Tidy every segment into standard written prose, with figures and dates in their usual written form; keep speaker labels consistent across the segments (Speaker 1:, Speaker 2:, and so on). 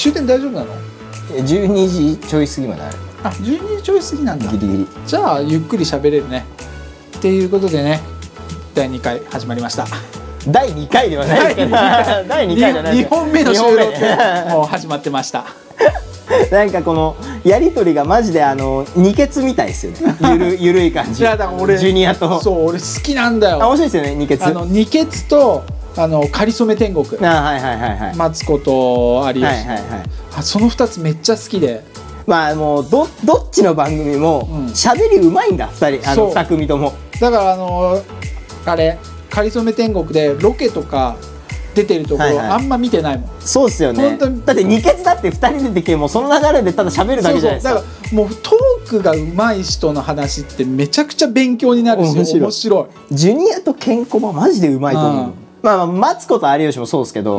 Speaker 1: 終電大丈夫なの
Speaker 2: ？12時ちょい過ぎまである。
Speaker 1: あ、12時ちょい過ぎなんだ。
Speaker 2: ギリギリ。
Speaker 1: じゃあゆっくり喋れるね。っていうことでね、第2回始まりました。
Speaker 2: 第2回ではないですけど第2回じゃないです。
Speaker 1: 2本目の収録もう始まってました
Speaker 2: なんかこのやりとりがマジで二血みたいですよね。ゆるい感じ。
Speaker 1: いやだから俺
Speaker 2: ジュニアと。
Speaker 1: そう俺好きなんだよ。
Speaker 2: 面白いですよね、二血。
Speaker 1: 二血とかりそめ天国。
Speaker 2: はいはいはいはい。
Speaker 1: マツコと有吉の。
Speaker 2: はいはいはい。
Speaker 1: その2つめっちゃ好きで。
Speaker 2: まあもうどっちの番組も喋りうまいんだ、2組とも。
Speaker 1: だからあれかりそめ天国でロケとか出てるところあんま見てないもん。
Speaker 2: そうっすよね。だって二血だって2人出てきてもその流れでただ喋るだけじゃないですか。
Speaker 1: だからもうトークがうまい人の話ってめちゃくちゃ勉強になるし面白い。
Speaker 2: ジュニアとケンコバマジでうまいと思う。まあマツコと有吉もそうですけど、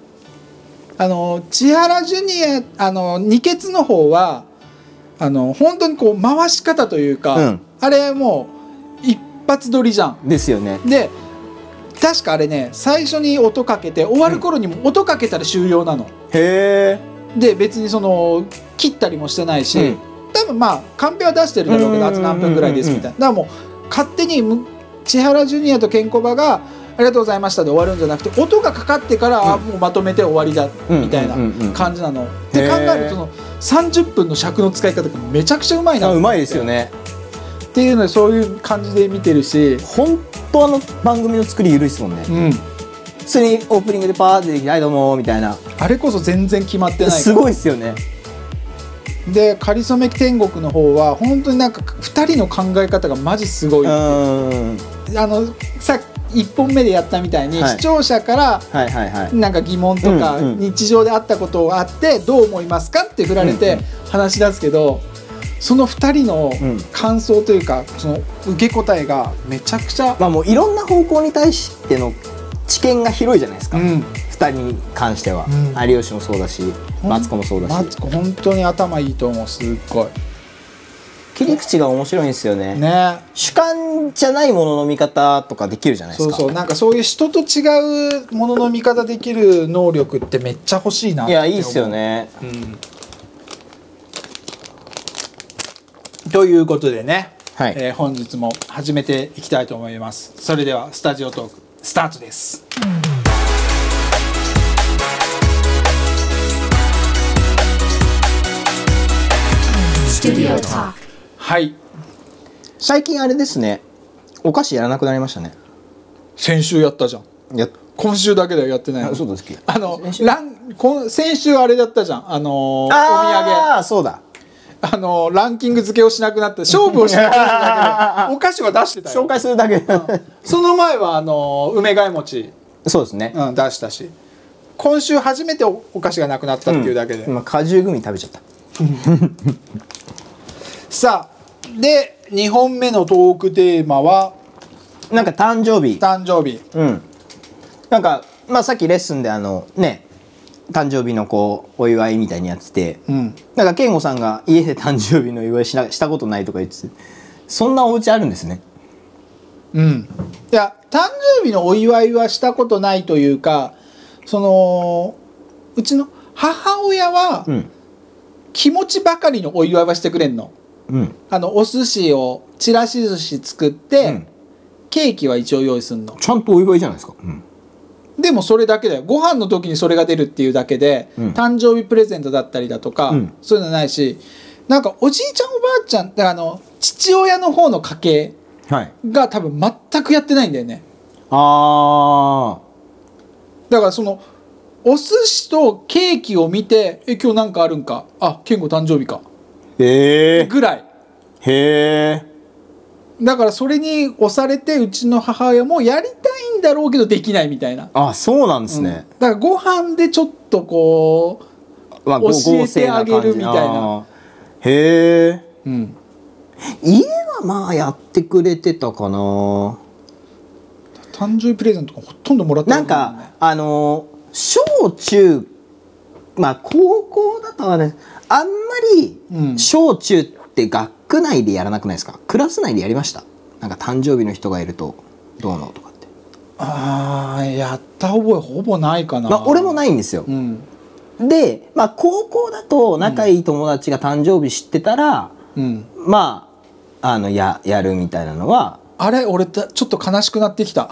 Speaker 1: 千原ジュニア二血の方は本当にこう回し方というか、あれもう一発撮りじゃん。
Speaker 2: ですよね。
Speaker 1: で確かあれね、最初に音かけて終わる頃にも音かけたら終了なの。
Speaker 2: へえ。
Speaker 1: で別に切ったりもしてないし、多分まあカンペは出してるだろうけど、あと何分ぐらいですみたいな。だからもう勝手に千原ジュニアとケンコバがありがとうございましたで終わるんじゃなくて、音がかかってから、もうまとめて終わりだみたいな感じなの。って考えると30分の尺の使い方がめちゃくちゃうまいな。
Speaker 2: うまいですよね。
Speaker 1: っていうのでそういう感じで見てるし、
Speaker 2: 本当番組の作り緩いですもんね。普通にオープニングでパーってできて「はいどうも」みたいな。
Speaker 1: あれこそ全然決まってないから
Speaker 2: すごいですよね。
Speaker 1: でかりそめ天国の方は本当になんか2人の考え方がマジすごい。さ1本目でやったみたいに、視聴者からなんか疑問とか日常であったことがあってどう思いますかって振られて話し出すけど、その2人の感想というかその受け答えがめちゃくちゃ、
Speaker 2: まあもういろんな方向に対しての知見が広いじゃないですか、2人に関しては。有吉もそうだしマツコもそうだし。
Speaker 1: マツコ本当に頭いいと思う。すっごい
Speaker 2: 切り口が面白いんですよね。主観じゃないものの見方とかできるじゃないですか。
Speaker 1: そうなんかそういう人と違うものの見方できる能力ってめっちゃ欲しいなって思う。
Speaker 2: いやいいっすよね。
Speaker 1: ということでね、
Speaker 2: 本
Speaker 1: 日も始めていきたいと思います。それではスタジオトークスタートです。はい。
Speaker 2: 最近あれですね、お菓子やらなくなりましたね。
Speaker 1: 先週やったじゃん。今週だけではやってない。
Speaker 2: そうですっけ。
Speaker 1: 先週あれだったじゃん。お土産。
Speaker 2: ああそうだ。
Speaker 1: ランキング付けをしなくなって勝負をしなくなっただけでお菓子は出してたよ。
Speaker 2: 紹介するだけ。
Speaker 1: その前は梅ヶ餅。
Speaker 2: そうですね。
Speaker 1: 出したし。今週初めてお菓子がなくなったっていうだけで。
Speaker 2: 今果汁グミ食べちゃった。
Speaker 1: さあで2本目のトークテーマは
Speaker 2: なんか誕生日。なんかまあさっきレッスンでね誕生日のお祝いみたいにやってて、なんか健吾さんが家で誕生日の祝いしたことないとか言ってて、そんなお家あるんですね。
Speaker 1: いや誕生日のお祝いはしたことないというか、うちの母親は、気持ちばかりのお祝いはしてくれんの。お寿司をちらし寿司作って、ケーキは一応用意するの。
Speaker 2: ちゃんとお祝いじゃないですか。
Speaker 1: でもそれだけだよ。ご飯の時にそれが出るっていうだけで、誕生日プレゼントだったりだとか、そういうのないし、なんかおじいちゃんおばあちゃんって父親の方の家系が多分全くやってないんだよね。だからお寿司とケーキを見て今日なんかあるんか、健吾誕生日かぐらい。だからそれに押されてうちの母親もやりたいんだろうけどできないみたいな。
Speaker 2: そうなんですね。
Speaker 1: だからご飯でちょっと教えてあげるみたいな。
Speaker 2: 家はまあやってくれてたかな。
Speaker 1: 誕生日プレゼントとかほとんどもらってない。
Speaker 2: なんか小中まあ高校だとはね、あんまり小中って学区内でやらなくないですか？クラス内でやりました？なんか誕生日の人がいるとどうのとかって。
Speaker 1: やった覚えほぼないかな。
Speaker 2: 俺もないんですよ。 で、まあ、高校だと仲いい友達が誕生日知ってたら、まあやるみたいなのは
Speaker 1: あれ俺ちょっと悲しくなってきた。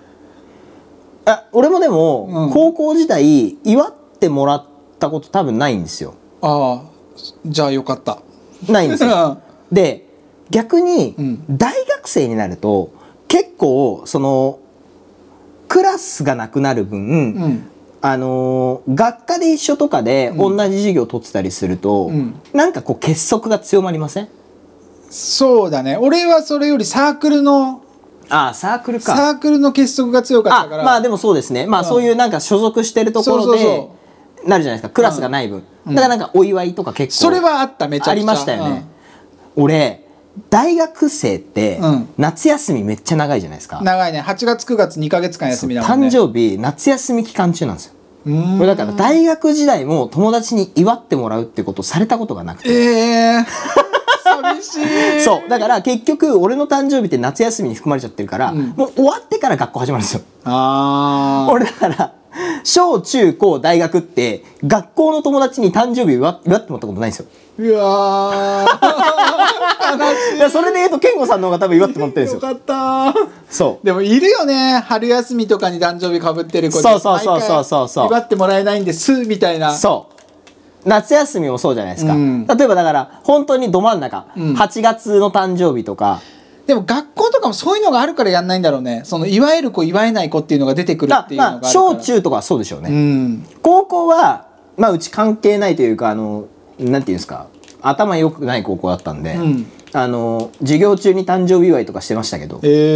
Speaker 2: 俺もでも、高校時代祝ってもらったこと多分ないんですよ。
Speaker 1: ああじゃあよかった。
Speaker 2: ないんですよ。で逆に、大学生になると結構そのクラスがなくなる分、学科で一緒とかで同じ授業を取ってたりすると、なんかこう結束が強まりません？
Speaker 1: そうだね。俺はそれよりサークルの
Speaker 2: サークルか。
Speaker 1: サークルの結束が強かったから。
Speaker 2: まあでもそうですね。まあそういうなんか所属してるところでなるじゃないですか。クラスがない分。だからなんかお祝いとか結構
Speaker 1: それはあった。めちゃくちゃ
Speaker 2: ありましたよね。俺大学生って夏休みめっちゃ長いじゃないですか。
Speaker 1: 長いね。8月9月2ヶ月間休みだもんね。
Speaker 2: 誕生日夏休み期間中なんですよ。これだから大学時代も友達に祝ってもらうってことをされたことがなくて。
Speaker 1: 寂しい。
Speaker 2: そうだから結局俺の誕生日って夏休みに含まれちゃってるから、もう終わってから学校始まるんですよ。俺だから小中高大学って学校の友達に誕生日祝ってもらったことないんですよ。
Speaker 1: うわ
Speaker 2: ーそれで言うと健吾さんの方が多分祝ってもらってるんですよ。
Speaker 1: よかった。
Speaker 2: そう
Speaker 1: でもいるよね、春休みとかに誕生日かぶってる子に
Speaker 2: そう
Speaker 1: 祝ってもらえないんですみたいな。
Speaker 2: そう夏休みもそうじゃないですか、例えばだから本当にど真ん中、8月の誕生日とか。
Speaker 1: でも学校とかもそういうのがあるからやんないんだろうね。その祝える子祝えない子っていうのが出てくるっていうのがあるから。
Speaker 2: 小中とかはそうでしょうね、高校はまあうち関係ないというかなんていうんですか、頭良くない高校だったんで、授業中に誕生日祝いとかしてましたけど、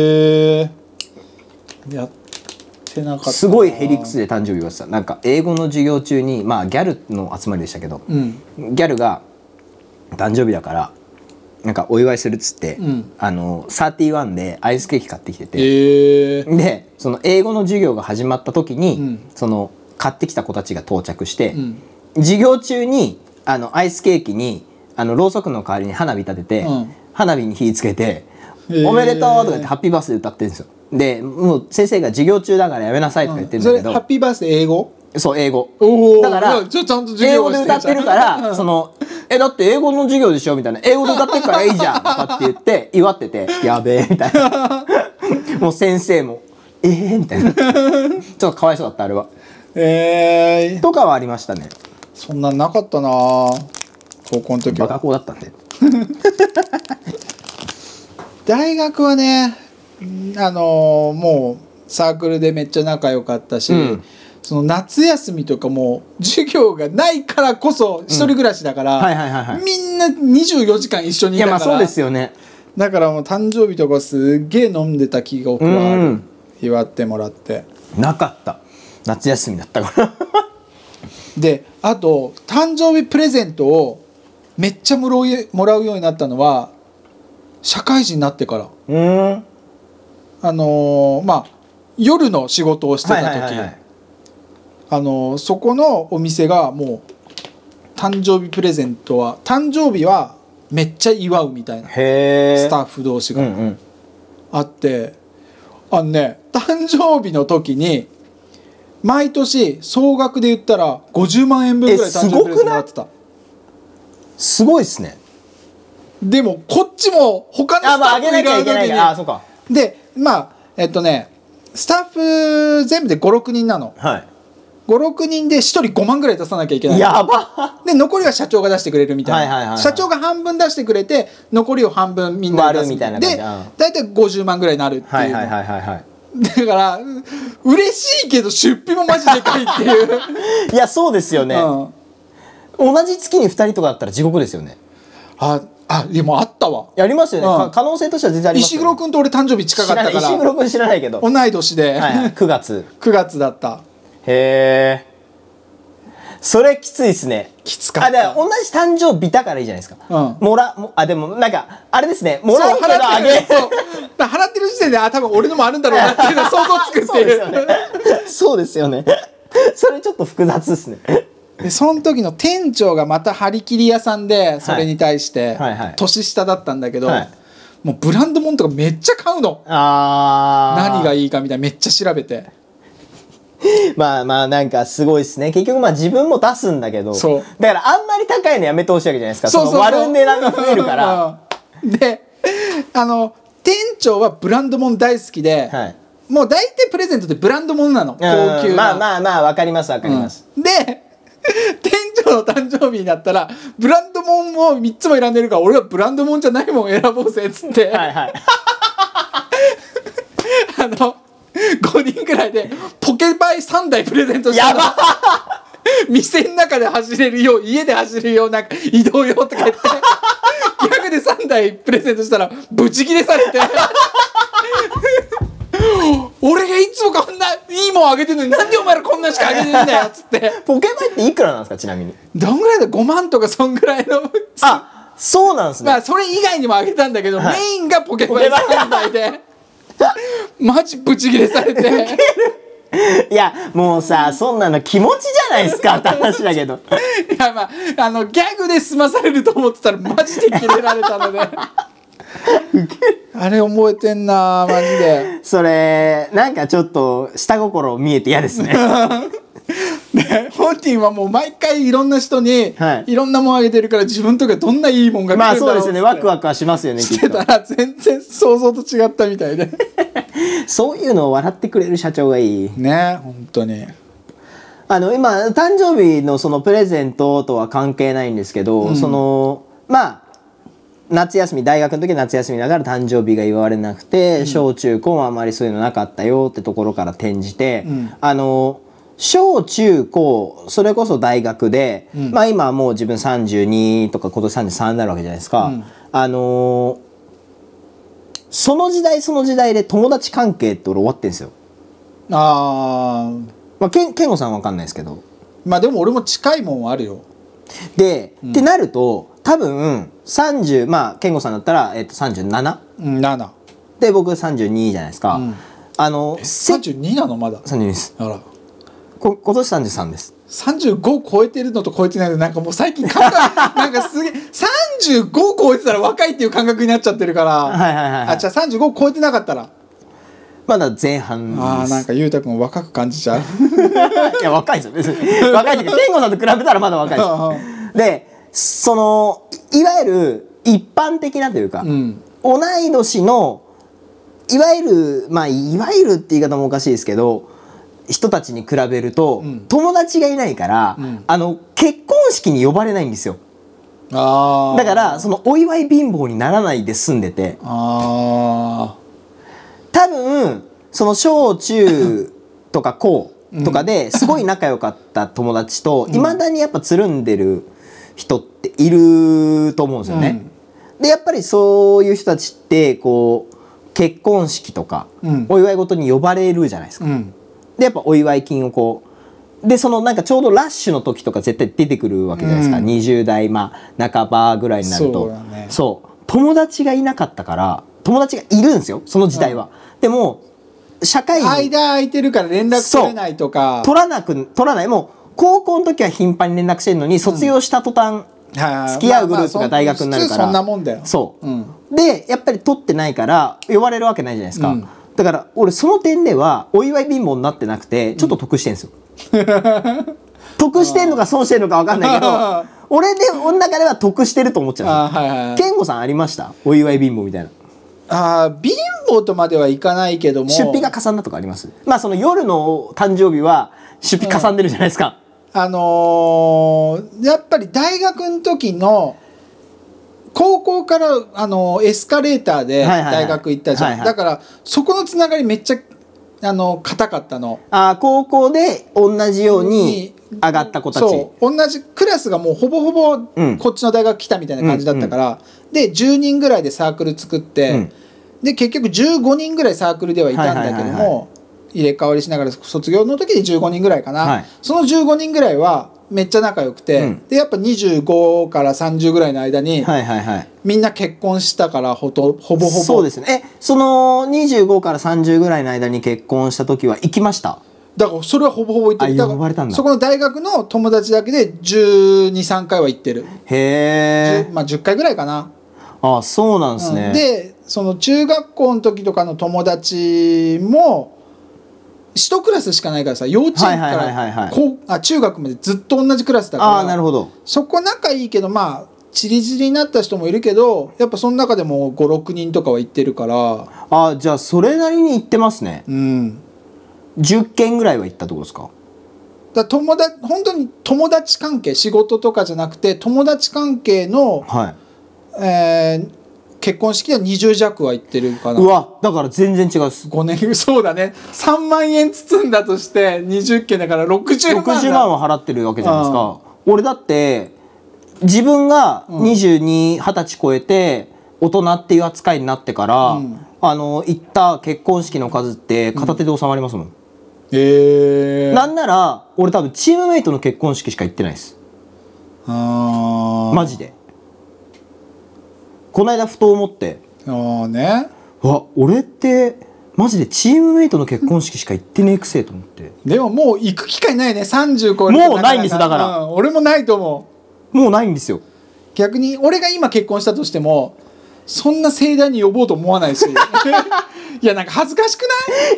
Speaker 1: やってなかった。
Speaker 2: すごいヘリクスで誕生日祝ってた。なんか英語の授業中にまあギャルの集まりでしたけど、ギャルが誕生日だからなんかお祝いするっつって、31でアイスケーキ買ってきてて、でその英語の授業が始まった時に、その買ってきた子たちが到着して、授業中にアイスケーキにろうそくの代わりに花火立てて、花火に火つけて「おめでとう」とか言って「ハッピーバースデー」歌ってるんですよ。でもう先生が授業中だからやめなさいとか言ってるんだけど、
Speaker 1: それハッピーバースデー英語？
Speaker 2: そう英語だから英語で歌ってるからそのだって英語の授業でしょみたいな、英語で歌ってるからいいじゃんとかって言って祝っててやべえみたいなもう先生もみたいなちょっとかわいそうだったあれは。とかはありましたね。
Speaker 1: そんなんなかったな高校の時は。
Speaker 2: バカ校だったんで
Speaker 1: 大学はねもうサークルでめっちゃ仲良かったし、その夏休みとかも授業がないからこそ一人暮らしだからみんな24時間一緒にいたから。いやまあそうですよね。だからもう誕生日とかすっげえ飲んでた記憶はある。祝ってもらって
Speaker 2: なかった夏休みだったから
Speaker 1: であと誕生日プレゼントをめっちゃもらうようになったのは社会人になってから。まあ夜の仕事をしてた時、そこのお店がもう誕生日プレゼントは誕生日はめっちゃ祝うみたいなスタッフ同士があって、誕生日の時に毎年総額で言ったら50万円分ぐらい誕生日プレゼントもらってた。
Speaker 2: すごいっすね。
Speaker 1: でもこっちも他のスタッフがいる時にでまあスタッフ全部で56人なの。56人で1人5万ぐらい出さなきゃいけない。
Speaker 2: やば
Speaker 1: で残りは社長が出してくれるみたいな。社長が半分出してくれて残りを半分みんなで出すみたいな。で大体50万ぐらいになるっていう。だから嬉しいけど出費もマジでかいっていう
Speaker 2: いやそうですよね、同じ月に2人とかだったら地獄ですよね。
Speaker 1: でもあったわ。
Speaker 2: やりますよね、可能性としては全然ありますよね。
Speaker 1: 石黒君と俺誕生日近かったから。
Speaker 2: 石黒君知らないけど
Speaker 1: 同い年で、
Speaker 2: 9月
Speaker 1: だった。
Speaker 2: へえそれきついですね。
Speaker 1: きつかった。
Speaker 2: 同じ誕生日だからいいじゃないですか。でもなんかあれですね、もらうけどあげる
Speaker 1: 払ってる時点で多分俺のもあるんだろうなっていうの想像つくっていう
Speaker 2: そうですよねそれちょっと複雑ですね。
Speaker 1: でその時の店長がまた張り切り屋さんでそれに対して年下だったんだけど、もうブランド物とかめっちゃ買うの。何がいいかみたいなめっちゃ調べて
Speaker 2: まあまあなんかすごいですね。結局まあ自分も出すんだけど、
Speaker 1: そう
Speaker 2: だからあんまり高いのやめてほしいわけじゃないですか。
Speaker 1: そうそうそう、
Speaker 2: 割る値段が増えるから
Speaker 1: で店長はブランド物大好きで、はい、もう大体プレゼントってブランド物なの、高級な。
Speaker 2: まあまあまあわかりますわかります、
Speaker 1: で店長の誕生日になったらブランド物を3つも選んでるから、俺はブランド物じゃないもん選ぼうぜっつってはい、はい、5人くらいでポケバイ3台プレゼントしたの。やば店の中で走れるよう、家で走れるよう、なんか移動用とか言って逆で3台プレゼントしたらブチギレされて俺がいつもこんないいもんあげてんのになんでお前らこんなしかあげてんだよっつって
Speaker 2: ポケバイっていくらなんですか、ちなみに。
Speaker 1: どんぐらいだ、5万とかそんぐらいの
Speaker 2: あ、そうなんですね。
Speaker 1: まあそれ以外にもあげたんだけど、はい、メインがポケバイ3台でマジブチギレされて
Speaker 2: いやもうさ、そんなの気持ちじゃないですかって話だけど
Speaker 1: いやまあギャグで済まされると思ってたらマジでキレられたのであれ覚えてんなマジで。
Speaker 2: それなんかちょっと下心見えて嫌ですね
Speaker 1: で本人はもう毎回いろんな人にいろんなもんあげてるから、自分とかどんないいもんが来るんだろうって、まあそうですね、
Speaker 2: ワクワクはしますよね。
Speaker 1: してたら全然想像と違ったみたいで
Speaker 2: そういうのを笑ってくれる社長がいい
Speaker 1: ね、本当に。
Speaker 2: 今誕生日のそのプレゼントとは関係ないんですけど、そのまあ夏休み、大学の時は夏休みだから誕生日が祝われなくて、小中高はあまりそういうのなかったよってところから転じて、小中高それこそ大学で、まあ今はもう自分32とか今年33になるわけじゃないですか。その時代その時代で友達関係って俺終わってんですよ。まあ健吾さんは分かんないですけど、
Speaker 1: まあでも俺も近いもんはあるよ。
Speaker 2: で、ってなると多分30、まあ健吾さんだったら、37？7で僕32じゃないですか。
Speaker 1: 32なのまだ。
Speaker 2: 32です。
Speaker 1: あら。
Speaker 2: 今年33です。
Speaker 1: 35超えてるのと超えてないのなんかもう最近感覚なんかすげえ35超えてたら若いっていう感覚になっちゃってるから、あ、じゃあ35超えてなかったら
Speaker 2: まだ前半です。
Speaker 1: ああ、なんかゆうたくん若く感じちゃう
Speaker 2: いや若いですよ別に若いけど健吾さんと比べたらまだ若いですで、そのいわゆる一般的なというか、同い年のいわゆるまあいわゆるって言い方もおかしいですけど人たちに比べると、友達がいないから、結婚式に呼ばれないんですよ。だからそのお祝い貧乏にならないで済んでて、多分その小中とか高とかですごい仲良かった友達といまだにやっぱつるんでる人っていると思うんですよね。でやっぱりそういう人たちってこう結婚式とかお祝い事に呼ばれるじゃないですか。でやっぱお祝い金をこうでそのなんかちょうどラッシュの時とか絶対出てくるわけじゃないですか、20代まあ半ばぐらいになるとそう友達がいなかったから友達がいるんですよその時代は、でも社会に
Speaker 1: 間空いてるから連絡取れないとか
Speaker 2: 取らないもう高校の時は頻繁に連絡してるのに卒業した途端、付き合うグループが大学になるから
Speaker 1: そんなもんだよ。
Speaker 2: そう、でやっぱり取ってないから呼ばれるわけないじゃないですか、だから俺その点ではお祝い貧乏になってなくてちょっと得してんですよ、得してんのか損してんのか分かんないけど俺の中では得してると思っちゃうんですよ。健吾さんありましたお祝い貧乏みたいな。
Speaker 1: 貧乏とまではいかないけども
Speaker 2: 出費がかさんだとかあります？まあその夜の誕生日は出費かさんでるじゃないですか、
Speaker 1: やっぱり大学の時の高校からエスカレーターで大学行ったじゃん。だからそこのつながりめっちゃ硬かったの。
Speaker 2: 高校で同じように上がった子たち、
Speaker 1: そう同じクラスがもうほぼほぼこっちの大学来たみたいな感じだったから、で10人ぐらいでサークル作って、で結局15人ぐらいサークルではいたんだけども入れ替わりしながら卒業の時で15人ぐらいかな、その15人ぐらいはめっちゃ仲良くて、でやっぱ25から30ぐらいの間にみんな結婚したからほぼほぼ
Speaker 2: そうですね。その25から30ぐらいの間に結婚した時は行きました？
Speaker 1: だからそれはほぼほぼ行ってる。
Speaker 2: 呼ばれたんだ。
Speaker 1: そこの大学の友達だけで12、3回は行ってる。
Speaker 2: へえ。
Speaker 1: まあ10回ぐらいかな。
Speaker 2: あ、そうなんですね。
Speaker 1: でその中学校の時とかの友達も 1クラスしかないからさ、幼稚園から中学までずっと同じクラスだから、
Speaker 2: なるほど。
Speaker 1: そこ仲いいけど、まあチリチリになった人もいるけど、やっぱその中でも56人とかは行ってるから。
Speaker 2: じゃあそれなりに行ってますね。10件ぐらいは行ったところですか？
Speaker 1: 本当に友達関係、仕事とかじゃなくて友達関係の、結婚式は20弱は行ってるかな。
Speaker 2: うわ、だから全然違うっす。
Speaker 1: 5年、そうだね。3万円包んだとして20件だから60万
Speaker 2: は払ってるわけじゃないですか。俺だって自分が20歳超えて大人っていう扱いになってから、行った結婚式の数って片手で収まりますもん。なんなら俺多分チームメイトの結婚式しか行ってないです。マジで。この間ふと思って、俺ってマジでチームメイトの結婚式しか行ってねえくせえと思って。
Speaker 1: でももう行く機会ないね。30超える
Speaker 2: ともうないんです。だから、
Speaker 1: 俺もないと思
Speaker 2: う。もうないんですよ。
Speaker 1: 逆に俺が今結婚したとしてもそんな盛大に呼ぼうと思わないしいやなんか恥ずかしくない？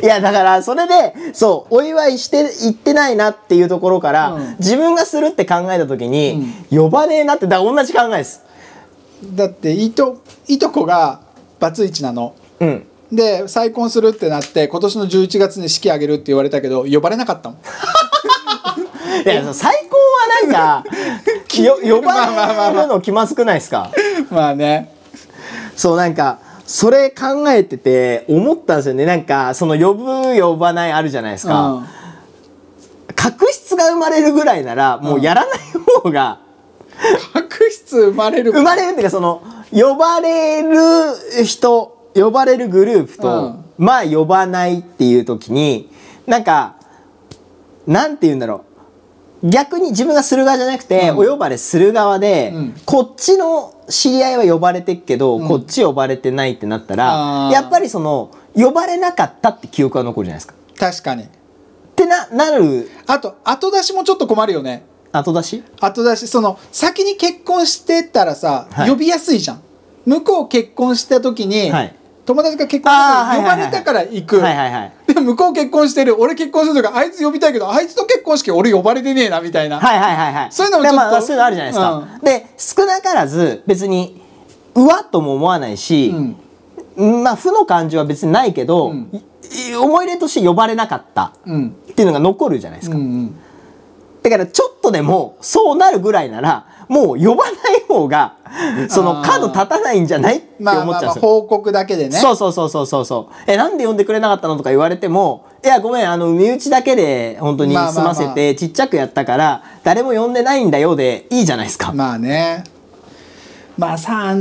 Speaker 2: いやだからそれでお祝いして行ってないなっていうところから、自分がするって考えた時に、呼ばねえなって、だから同じ考えです。
Speaker 1: だっていとこがバツイチなの。で再婚するってなって今年の11月に式挙げるって言われたけど呼ばれなかったもん。
Speaker 2: いや再婚はなんか呼ばれるの気まずくないですか？
Speaker 1: まあね。
Speaker 2: なんかそれ考えてて思ったんですよね。なんかその呼ぶ呼ばないあるじゃないですか。確執が生まれるぐらいならもうやらない方が。
Speaker 1: 確執生まれる
Speaker 2: っていうか呼ばれる人、呼ばれるグループと、まあ呼ばないっていう時になんかなんて言うんだろう、逆に自分がする側じゃなくて、お呼ばれする側で、こっちの知り合いは呼ばれてっけど、こっち呼ばれてないってなったら、やっぱり呼ばれなかったって記憶が残るじゃないですか。
Speaker 1: 確かに。
Speaker 2: ってなる。
Speaker 1: あと後出しもちょっと困るよね。
Speaker 2: 後出し
Speaker 1: 先に結婚してたらさ、呼びやすいじゃん。向こう結婚した時に、友達が結婚した時呼ばれたから行く。でも向こう結婚してる、俺結婚する時あいつ呼びたいけどあいつの結婚式俺呼ばれてねえなみたいな。そういうのもちょっと
Speaker 2: そういうのあるじゃないですか。で少なからず別にうわっとも思わないし、まあ負の感情は別にないけど、思い入れとして呼ばれなかったっていうのが残るじゃないですか。だからちょっとでもそうなるぐらいならもう呼ばない方が角立たないんじゃないって思っちゃうんですよ。
Speaker 1: 報告だけでね。
Speaker 2: なんで呼んでくれなかったのとか言われても、いやごめん身内だけで本当に済ませてちっちゃくやったから誰も呼んでないんだよでいいじゃないですか。
Speaker 1: まあね。まあ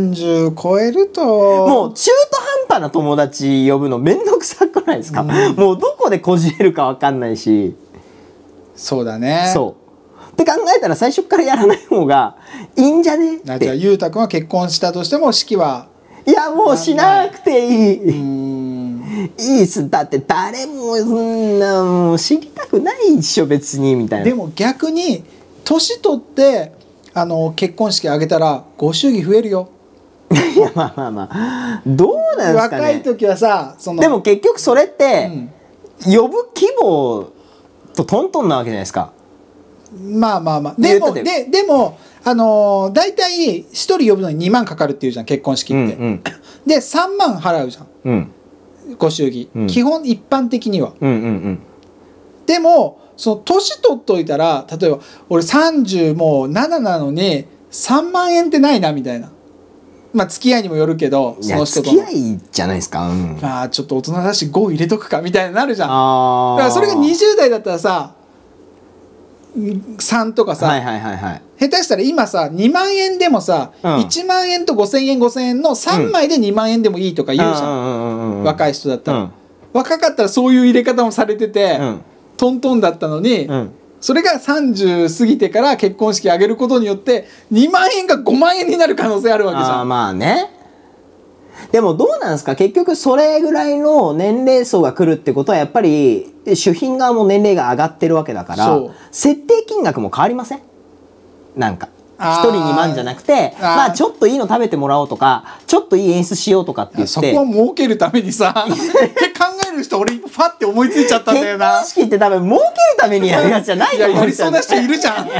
Speaker 1: 30超えると
Speaker 2: もう中途半端な友達呼ぶのめんどくさくないですか？もうどこでこじれるか分かんないし。
Speaker 1: そうだね。
Speaker 2: って考えたら最初からやらない方がいいんじゃねって。
Speaker 1: じゃあゆうたくんは結婚したとしても式はい
Speaker 2: やもうしなくていい。いいっす。だって誰もそんなもう知りたくないでしょ別にみたいな。
Speaker 1: でも逆に年取って結婚式挙げたらご祝儀増えるよ。
Speaker 2: いやまあどうなんですかね。
Speaker 1: 若い時はさ
Speaker 2: でも結局それって、呼ぶ規模とトントンなわけじゃないですか。
Speaker 1: まあでも大体1人呼ぶのに2万かかるっていうじゃん結婚式って。で3万払うじゃん、ご祝儀、基本一般的には。でも年取っといたら例えば俺30もう7なのに3万円ってないなみたいな。まあ付き合いにもよるけど
Speaker 2: その人との付き合いじゃないですか。
Speaker 1: ちょっと大人だし5入れとくかみたいになるじゃん。だからそれが20代だったらさ3とかさ、下手したら今さ2万円でもさ、1万円と5000円5000円の3枚で2万円でもいいとか言うじゃん、若い人だったら。若かったらそういう入れ方もされてて、トントンだったのに、それが30過ぎてから結婚式挙げることによって2万円が5万円になる可能性あるわけじゃん。
Speaker 2: まあね。でもどうなんですか結局それぐらいの年齢層が来るってことはやっぱり主賓側も年齢が上がってるわけだから設定金額も変わりません？なんか 1人2万じゃなくて、まあちょっといいの食べてもらおうとか、ちょっといい演出しようとかって言って、
Speaker 1: そこは儲けるためにさって考える人、俺ファって思いついちゃったんだよな。
Speaker 2: 結婚式って多分儲けるためにやるやつじゃないと思う。
Speaker 1: やりそうな人いるじゃん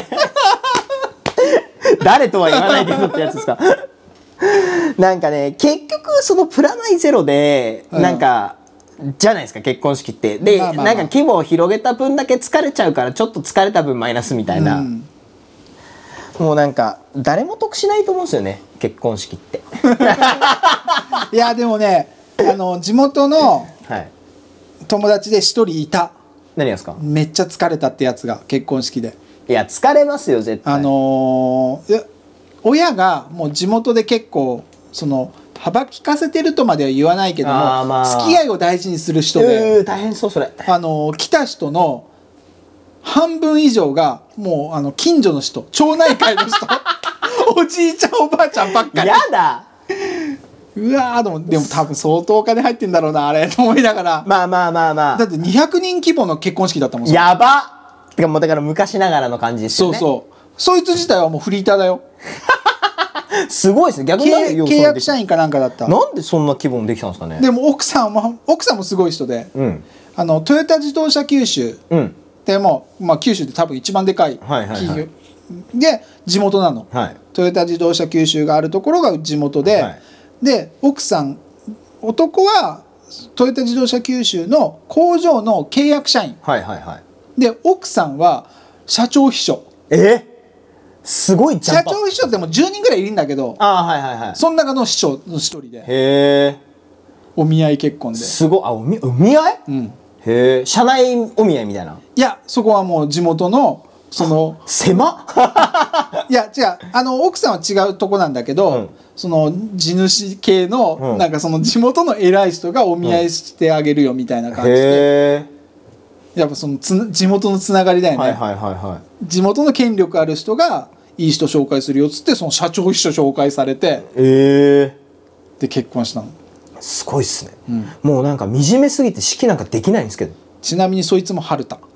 Speaker 2: 誰とは言わないけどってやつですかなんかね、結局そのプラマイゼロでなんか、じゃないですか結婚式って。で、なんか規模を広げた分だけ疲れちゃうから、ちょっと疲れた分マイナスみたいな、もうなんか誰も得しないと思うんですよね結婚式って
Speaker 1: いやでもね、地元の友達で一人いた。
Speaker 2: 何がですか？
Speaker 1: めっちゃ疲れたってやつが結婚式で。
Speaker 2: いや疲れますよ絶対。
Speaker 1: 親がもう地元で結構その幅利かせてるとまでは言わないけども、付き合いを大事にする人で、
Speaker 2: 大変そうそれ。
Speaker 1: 来た人の半分以上がもう近所の人、町内会の人おじいちゃんおばあちゃんばっかり。
Speaker 2: やだ。
Speaker 1: うわー、でも多分相当お金入ってんだろうなあれと思いながら。
Speaker 2: まあまあまあまあ。
Speaker 1: だって200人規模の結婚式だったもん。
Speaker 2: やばっ。てかもうだから昔ながらの感じですよね。
Speaker 1: そうそう。そいつ自体はもうフリーターだよ。
Speaker 2: すごいですね。逆に
Speaker 1: 契約社員かなんかだった。
Speaker 2: なんでそんな規模にできたんですかね。
Speaker 1: でも奥さんもすごい人で、トヨタ自動車九州でも、九州で多分一番でかい企業で地元なの、トヨタ自動車九州があるところが地元で、で奥さん、男はトヨタ自動車九州の工場の契約社員、で奥さんは社長秘書。
Speaker 2: すごい。
Speaker 1: 社長秘書ってもう10人ぐらいいるんだけど、その中の秘書の一人で。へえ。お見合い結婚で。
Speaker 2: すごい。お見合い？へえ。社内お見合いみたいな。
Speaker 1: いや、そこはもう地元のその
Speaker 2: 狭
Speaker 1: いや違う、奥さんは違うとこなんだけど、その地主系の、なんかその地元の偉い人がお見合いしてあげるよみたいな感じで、やっぱその地元のつながりだよね。地元の権力ある人がいい人紹介するよっつって、その社長秘書紹介されて、で結婚したの。
Speaker 2: すごいっすね、もうなんか惨めすぎて式なんかできないんですけど。
Speaker 1: ちなみにそいつも春田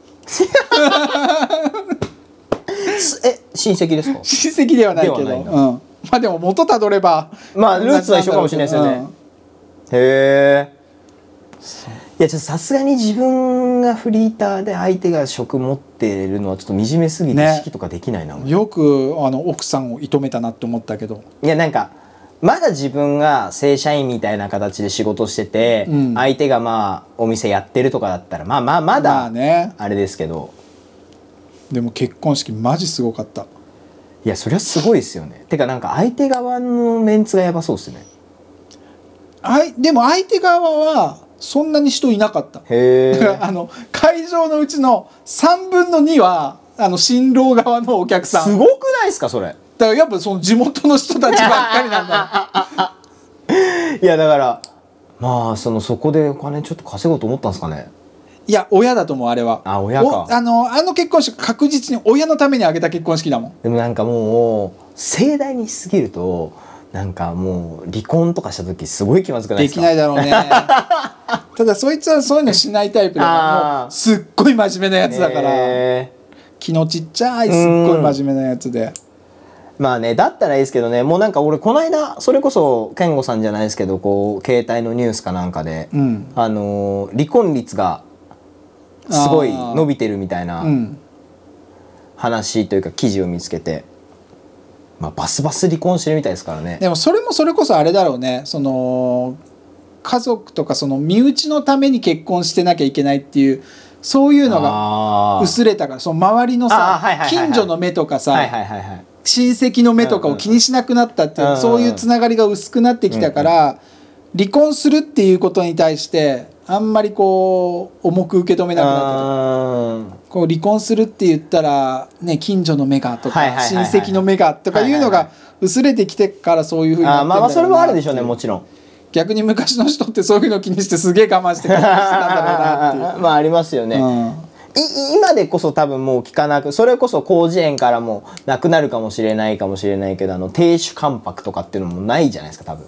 Speaker 2: 親戚ですか？
Speaker 1: 親戚ではないけど、まあでも元たどれば
Speaker 2: まあルーツは一緒かもしれないですよね。へえ。いやちょっとさすがに自分がフリーターで相手が職持ってるのはちょっと惨めすぎて式とかできないな、
Speaker 1: よく奥さんを射止めたなって思ったけど。
Speaker 2: いやなんかまだ自分が正社員みたいな形で仕事してて、相手がまあお店やってるとかだったらまだあれですけど、
Speaker 1: でも結婚式マジすごかった。
Speaker 2: いやそりゃすごいですよね。てかなんか相手側のメンツがやばそうですね。
Speaker 1: でも相手側はそんなに人いなかった。へえ。会場のうちの3分の2は新郎側のお客さん。
Speaker 2: すごくないですかそれ。
Speaker 1: だからやっぱその地元の人たちばっかりなんだ
Speaker 2: いやだからまあそこでお金ちょっと稼ごうと思ったんですかね。
Speaker 1: いや親だと思うあれは。
Speaker 2: 親か。
Speaker 1: 結婚式確実に親のために挙げた結婚式だもん。
Speaker 2: でもなんかもう盛大にしすぎるとなんかもう離婚とかした時すごい気まずくないですか？
Speaker 1: できないだろうねただそいつはそういうのしないタイプだからもうすっごい真面目なやつだから、気のちっちゃいすっごい真面目なやつで。
Speaker 2: まあねだったらいいですけどね。もうなんか俺この間それこそ健吾さんじゃないですけどこう携帯のニュースかなんかで、離婚率がすごい伸びてるみたいな話というか記事を見つけて、バスバス離婚してるみたいですからね。
Speaker 1: でもそれもそれこそあれだろうね、その家族とかその身内のために結婚してなきゃいけないっていうそういうのが薄れたから、その周りのさ近所の目とかさ親戚の目とかを気にしなくなったっていう、そういうつながりが薄くなってきたから、離婚するっていうことに対してあんまりこう重く受け止めなくなったと。こう離婚するって言ったら、ね、近所の目がとか親戚の目がとかいうのが薄れてきてからそういうふうになってんだろうなっていう。
Speaker 2: それもあるでしょうねもちろん。
Speaker 1: 逆に昔の人ってそういうの気にしてすげえ我慢して結婚してたんだろうなっていう。
Speaker 2: まあありますよね。今でこそ多分もう聞かなく、それこそ広辞苑からもなくなるかもしれないけど亭主関白とかっていうのもないじゃないですか多分。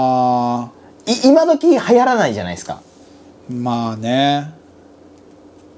Speaker 2: 今時流行らないじゃないですか。
Speaker 1: まあね。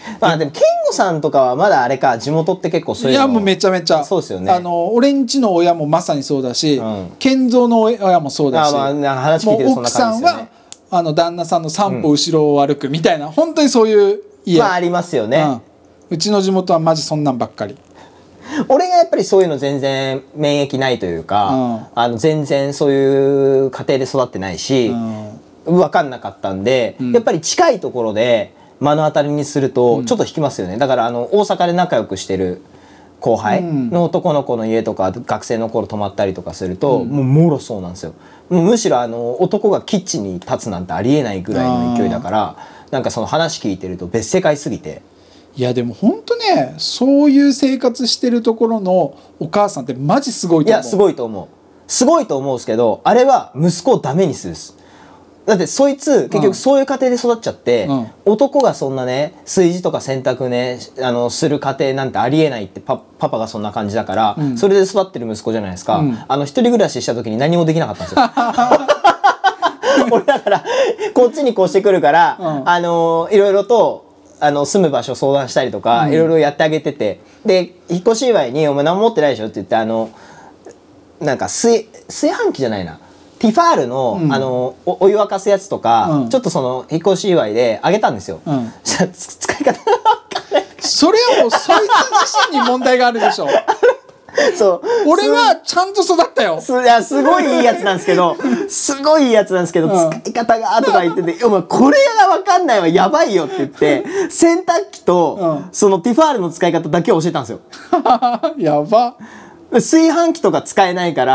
Speaker 2: まあでも健吾さんとかはまだあれか、地元って結構そういうの。
Speaker 1: いやもうめちゃめちゃ
Speaker 2: そうですよね。
Speaker 1: 俺んちの親もまさにそうだし、健三の親もそうだし、
Speaker 2: まあ話聞いてるそんな感じですよね。
Speaker 1: 奥さんは旦那さんの3歩後ろを歩くみたいな、本当にそういう家。
Speaker 2: まあありますよね。
Speaker 1: うちの地元はマジそんなんばっかり。
Speaker 2: 俺がやっぱりそういうの全然免疫ないというか、全然そういう家庭で育ってないし、分かんなかったんで、やっぱり近いところで目の当たりにするとちょっと引きますよね。だから大阪で仲良くしてる後輩の男の子の家とか学生の頃泊まったりとかすると、もうもろそうなんですよ。むしろ男がキッチンに立つなんてありえないぐらいの勢いだから、なんかその話聞いてると別世界すぎて。
Speaker 1: いやでも本当ね、そういう生活してるところのお母さんってマジすごいと思う。
Speaker 2: いやすごいと思う。すごいと思うんですけど、あれは息子をダメにするっす。だってそいつ結局そういう家庭で育っちゃって、男がそんなね炊事とか洗濯ねする家庭なんてありえないってパパがそんな感じだから、それで育ってる息子じゃないですか。一人暮らしした時に何もできなかったんですよ。俺だからこっちに越してくるから、いろいろと住む場所相談したりとか、いろいろやってあげてて、で引っ越し祝いに「お前何も持ってないでしょ」って言ってなんか炊飯器じゃないな、ティファールの、お湯沸かすやつとか、ちょっとその引っ越し祝いであげたんですよ。使い方が分かんない。
Speaker 1: それはもうそいつ自身に問題があるでしょ。
Speaker 2: そう
Speaker 1: 俺はちゃんと育ったよ。
Speaker 2: すごいいいやつなんですけど、すごいいいやつなんですけど、使い方がとか言ってて「お前これが分かんないわ、やばいよ」って言って洗濯機と、そのティファールの使い方だけを教えたんですよ。
Speaker 1: やば。
Speaker 2: 炊飯器とか使えないから、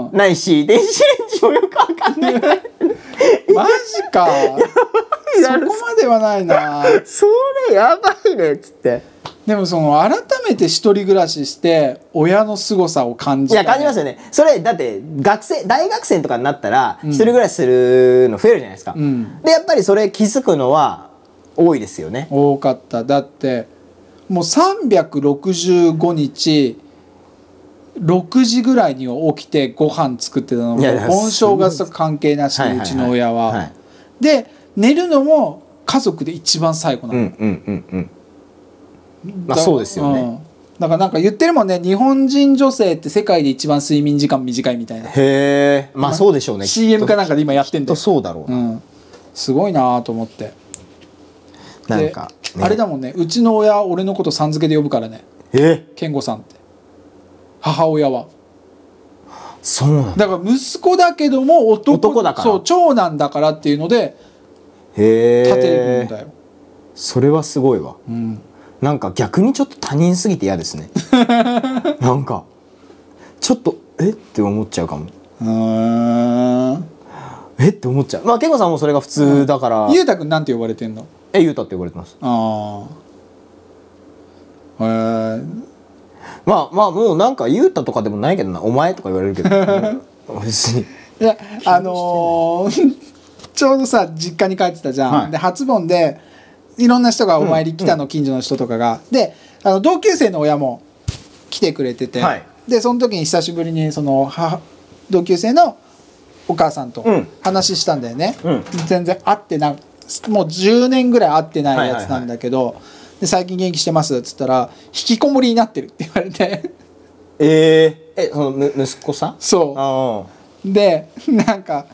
Speaker 2: ないし電子レンジもよく分かんない。マジ
Speaker 1: か。そこまではないな。
Speaker 2: それやばいねっつって。
Speaker 1: でも改めて一人暮らしして親の凄さを感じた、ね。
Speaker 2: いや感じますよね。それだって大学生とかになったら一人暮らしするの増えるじゃないですか。でやっぱりそれ気づくのは多いですよね。
Speaker 1: 多かった。だってもう365日6時ぐらいには起きてご飯作ってたのも盆正月と関係なしにうちの親は。で寝るのも家族で一番最後なの。
Speaker 2: まあそうですよね。
Speaker 1: だからなんか言ってるもんね、日本人女性って世界で一番睡眠時間短いみたいな。
Speaker 2: へえ、まあそうでしょうね。
Speaker 1: CM かなんかで今やってんだよ。
Speaker 2: そうだろう。
Speaker 1: すごいなと思って。
Speaker 2: なんか
Speaker 1: あれだもんね、うちの親俺のことさん付けで呼ぶからね。健吾さんって。母親は。
Speaker 2: そうなん
Speaker 1: だから息子だけども男だから、そう長男だからっていうので立てるんだよ。
Speaker 2: それはすごいわ。なんか逆にちょっと他人すぎて嫌ですね。なんかちょっとって思っちゃうかも。って思っちゃう。まあ健吾さんもそれが普通だから。
Speaker 1: ゆうたくんなんて呼ばれてんの？
Speaker 2: ゆうたって呼ばれてます。まあもうなんかゆうたとかでもないけどな、お前とか言われるけど。別に。
Speaker 1: いやちょうどさ実家に帰ってたじゃん。で初盆でいろんな人がお参り来たの、近所の人とかが。で同級生の親も来てくれてて、でその時に久しぶりに同級生のお母さんと話したんだよね。全然会ってもう10年ぐらい会ってないやつなんだけど、で最近元気してますっつったら引きこもりになってるって言われて。
Speaker 2: その息子さん？
Speaker 1: そうでなんか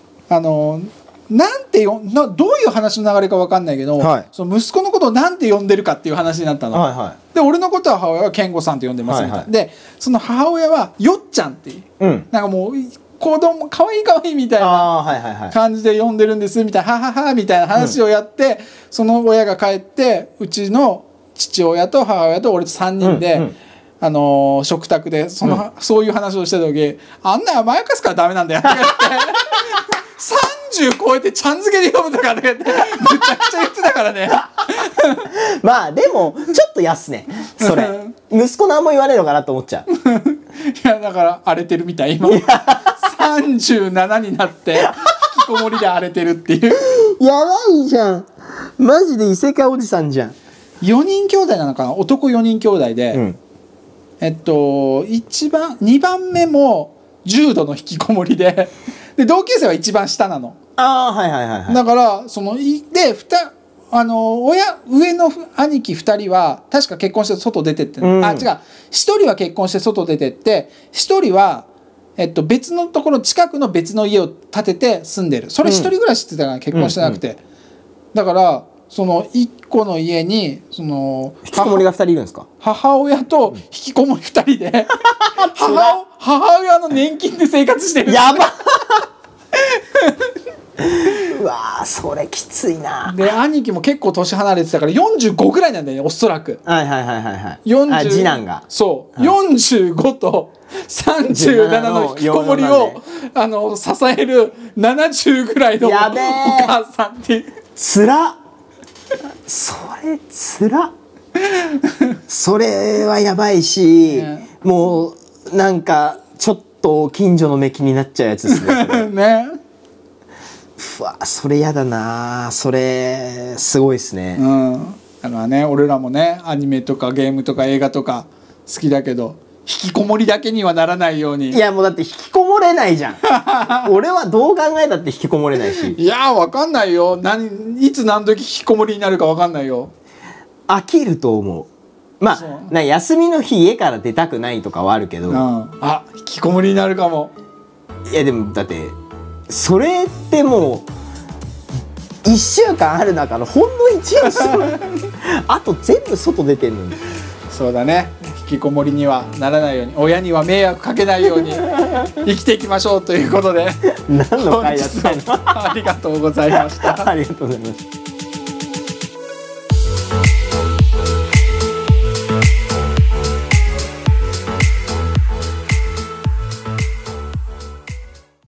Speaker 1: なんてどういう話の流れか分かんないけど、その息子のことをなんて呼んでるかっていう話になったの。で俺のことは母親は健吾さんって呼んでますみたいな。でその母親はよっちゃんっていう、なんかもう子供かわいいかわいいみたいな感じで呼んでるんですみたいな、はははみたいな話をやって、その親が帰ってうちの父親と母親と俺と3人で、食卓でそういう話をしてた時「あんな甘やかすからダメなんだよ」って言って30超えてちゃん付けで呼ぶとかって言ってむちゃくちゃ言ってたからね。
Speaker 2: まあでもちょっとやすねそれ。息子何も言われるのかなと思っちゃう。
Speaker 1: いやだから荒れてるみたい今。37になって引きこもりで荒れてるっていう。
Speaker 2: やばいじゃん、マジで異世界おじさんじゃん。
Speaker 1: 4人兄弟なのかな、男4人兄弟で、2番目も重度の引きこもりで同級生は一番下なの。
Speaker 2: だから
Speaker 1: で上の兄貴2人は確か結婚して外出てって、あ違う、1人は結婚して外出てって、1人は別のところ、近くの別の家を建てて住んでる。それ一人暮らしって言ってたから結婚してなくて、だからその1個の家にその
Speaker 2: 引きこもりが2人いるんですか？
Speaker 1: 母親と引きこもり2人で母親の年金で生活してる。
Speaker 2: やばうわー、それきついな。
Speaker 1: で兄貴も結構年離れてたから45ぐらいなんだよね、おそらく。
Speaker 2: はいはいはいはいはい。
Speaker 1: 40、
Speaker 2: 次男が
Speaker 1: そう、45と37の引きこもりを支える70ぐらいのお母さんっていう。
Speaker 2: つらっ、それつらっそれはやばいし、もうなんかちょっと近所の目気になっちゃうやつですね。
Speaker 1: ね。
Speaker 2: うわ、それやだな。それすごいですね。
Speaker 1: だからね、俺らもね、アニメとかゲームとか映画とか好きだけど、引きこもりだけにはならないように。
Speaker 2: いやもうだって引きこもれないじゃん。俺はどう考えたって引きこもれないし。
Speaker 1: いや分かんないよ。いつ何時引きこもりになるか分かんないよ。
Speaker 2: 飽きると思う。まあ休みの日家から出たくないとかはあるけど、
Speaker 1: あ、引きこもりになるかも。
Speaker 2: いやでもだってそれってもう1週間ある中のほんの1日あと全部外出てんのに。
Speaker 1: そうだね、引きこもりにはならないように、親には迷惑かけないように生きていきましょうということで
Speaker 2: 何の回だったの
Speaker 1: ありがとうございました。
Speaker 2: ありがとうございました。